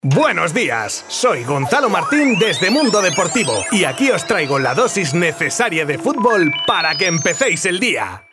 Buenos días, soy Gonzalo Martín desde Mundo Deportivo y aquí os traigo la dosis necesaria de fútbol para que empecéis el día.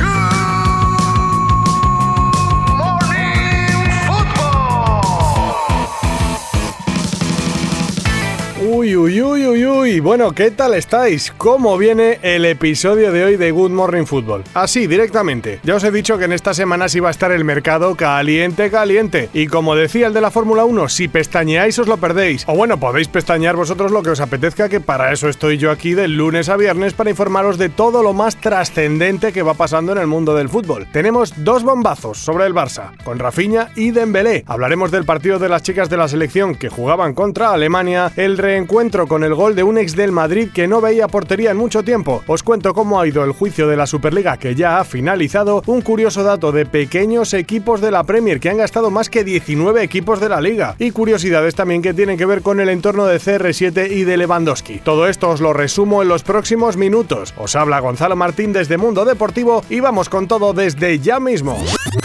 Uy, bueno, ¿qué tal estáis? ¿Cómo viene el episodio de hoy de Good Morning Football? Así, directamente. Ya os he dicho que en estas semanas iba a estar el mercado caliente. Y como decía el de la Fórmula 1, si pestañeáis os lo perdéis. O bueno, podéis pestañear vosotros lo que os apetezca, que para eso estoy yo aquí de lunes a viernes para informaros de todo lo más trascendente que va pasando en el mundo del fútbol. Tenemos dos bombazos sobre el Barça, con Rafinha y Dembélé. Hablaremos del partido de las chicas de la selección que jugaban contra Alemania, el reencuentro con el gol de un ex del Madrid que no veía portería en mucho tiempo. Os cuento cómo ha ido el juicio de la Superliga que ya ha finalizado, un curioso dato de pequeños equipos de la Premier que han gastado más que 19 equipos de la Liga y curiosidades también que tienen que ver con el entorno de CR7 y de Lewandowski. Todo esto os lo resumo en los próximos minutos. Os habla Gonzalo Martín desde Mundo Deportivo y vamos con todo desde ya mismo.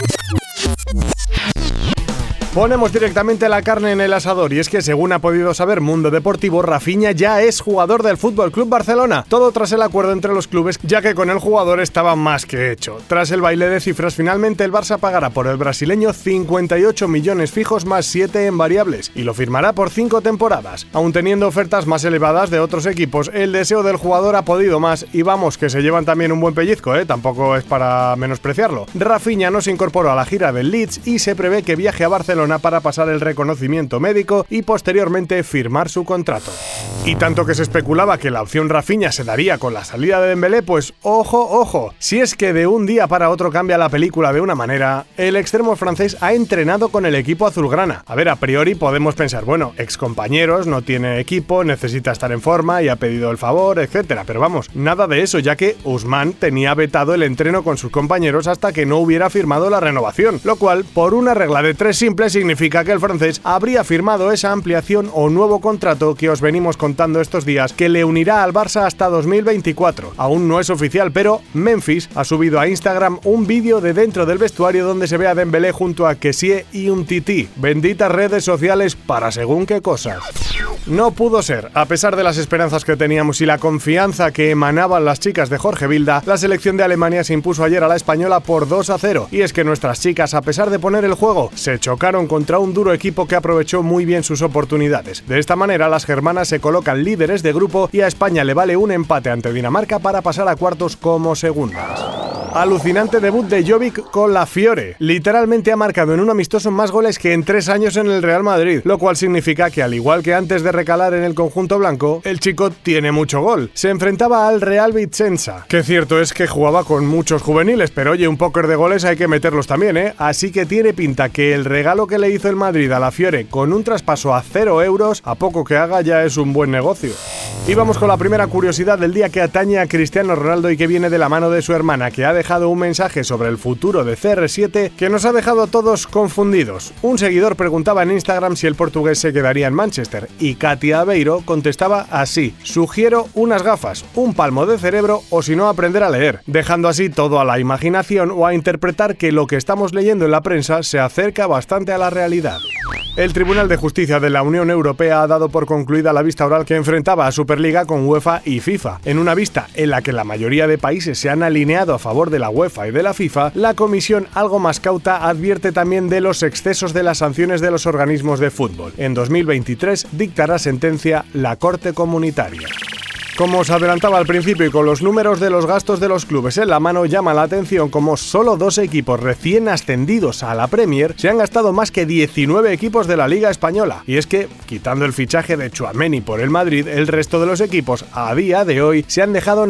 Ponemos directamente la carne en el asador y es que según ha podido saber Mundo Deportivo, Rafinha ya es jugador del FC Barcelona, todo tras el acuerdo entre los clubes, ya que con el jugador estaba más que hecho. Tras el baile de cifras, finalmente el Barça pagará por el brasileño 58 millones fijos más 7 en variables y lo firmará por 5 temporadas. Aún teniendo ofertas más elevadas de otros equipos, el deseo del jugador ha podido más y vamos que se llevan también un buen pellizco, tampoco es para menospreciarlo. Rafinha no se incorporó a la gira del Leeds y se prevé que viaje a Barcelona para pasar el reconocimiento médico y posteriormente firmar su contrato. Y tanto que se especulaba que la opción Rafinha se daría con la salida de Dembélé, pues ojo, si es que de un día para otro cambia la película de una manera, el extremo francés ha entrenado con el equipo azulgrana. A ver, a priori podemos pensar, bueno, excompañeros, no tiene equipo, necesita estar en forma y ha pedido el favor, etcétera, pero vamos, nada de eso, ya que Ousmane tenía vetado el entreno con sus compañeros hasta que no hubiera firmado la renovación, lo cual, por una regla de tres simples, significa que el francés habría firmado esa ampliación o nuevo contrato que os venimos contando estos días, que le unirá al Barça hasta 2024. Aún no es oficial, pero Memphis ha subido a Instagram un vídeo de dentro del vestuario donde se ve a Dembélé junto a Kessie y Umtiti. Benditas redes sociales para según qué cosas. No pudo ser. A pesar de las esperanzas que teníamos y la confianza que emanaban las chicas de Jorge Vilda, la selección de Alemania se impuso ayer a la española por 2-0. Y es que nuestras chicas, a pesar de poner el juego, se chocaron contra un duro equipo que aprovechó muy bien sus oportunidades. De esta manera, las germanas se colocan líderes de grupo y a España le vale un empate ante Dinamarca para pasar a cuartos como segundas. Alucinante debut de Jovic con la Fiore. Literalmente ha marcado en un amistoso más goles que en 3 años en el Real Madrid, lo cual significa que al igual que antes de recalar en el conjunto blanco, el chico tiene mucho gol. Se enfrentaba al Real Vicenza, que cierto es que jugaba con muchos juveniles, pero oye, un póker de goles hay que meterlos también, Así que tiene pinta que el regalo que le hizo el Madrid a la Fiore con un traspaso a 0 euros, a poco que haga ya es un buen negocio. Y vamos con la primera curiosidad del día que atañe a Cristiano Ronaldo y que viene de la mano de su hermana, que ha dejado un mensaje sobre el futuro de CR7 que nos ha dejado a todos confundidos. Un seguidor preguntaba en Instagram si el portugués se quedaría en Manchester y Katia Aveiro contestaba así: sugiero unas gafas, un palmo de cerebro o si no aprender a leer, dejando así todo a la imaginación o a interpretar que lo que estamos leyendo en la prensa se acerca bastante a la realidad. El Tribunal de Justicia de la Unión Europea ha dado por concluida la vista oral que enfrentaba a Superliga con UEFA y FIFA. En una vista en la que la mayoría de países se han alineado a favor de la UEFA y de la FIFA, la comisión, algo más cauta, advierte también de los excesos de las sanciones de los organismos de fútbol. En 2023 dictará sentencia la Corte Comunitaria. Como os adelantaba al principio y con los números de los gastos de los clubes en la mano, llama la atención como solo 2 equipos recién ascendidos a la Premier se han gastado más que 19 equipos de la Liga Española. Y es que, quitando el fichaje de Tchouaméni por el Madrid, el resto de los equipos a día de hoy se han dejado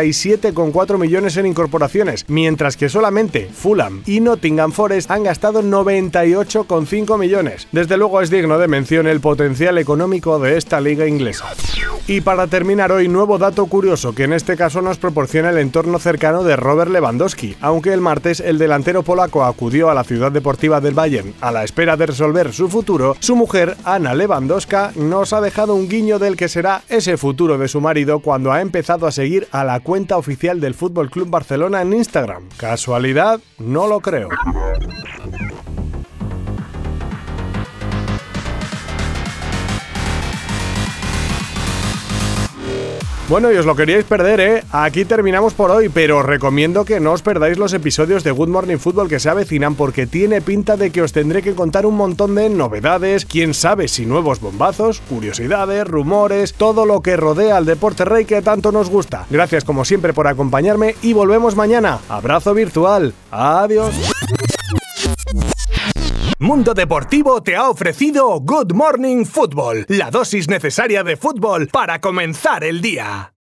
97,4 millones en incorporaciones, mientras que solamente Fulham y Nottingham Forest han gastado 98,5 millones. Desde luego es digno de mención el potencial económico de esta liga inglesa. Y para terminar hoy, nuevo dato curioso que en este caso nos proporciona el entorno cercano de Robert Lewandowski, aunque el martes el delantero polaco acudió a la ciudad deportiva del Bayern a la espera de resolver su futuro. Su mujer, Anna Lewandowska, nos ha dejado un guiño del que será ese futuro de su marido cuando ha empezado a seguir a la cuenta oficial del FC Barcelona en Instagram. ¿Casualidad? No lo creo. Bueno, y os lo queríais perder, ¿eh? Aquí terminamos por hoy, pero os recomiendo que no os perdáis los episodios de Good Morning Football que se avecinan, porque tiene pinta de que os tendré que contar un montón de novedades, quién sabe si nuevos bombazos, curiosidades, rumores, todo lo que rodea al deporte rey que tanto nos gusta. Gracias como siempre por acompañarme y volvemos mañana. Abrazo virtual. Adiós. Mundo Deportivo te ha ofrecido Good Morning Football, la dosis necesaria de fútbol para comenzar el día.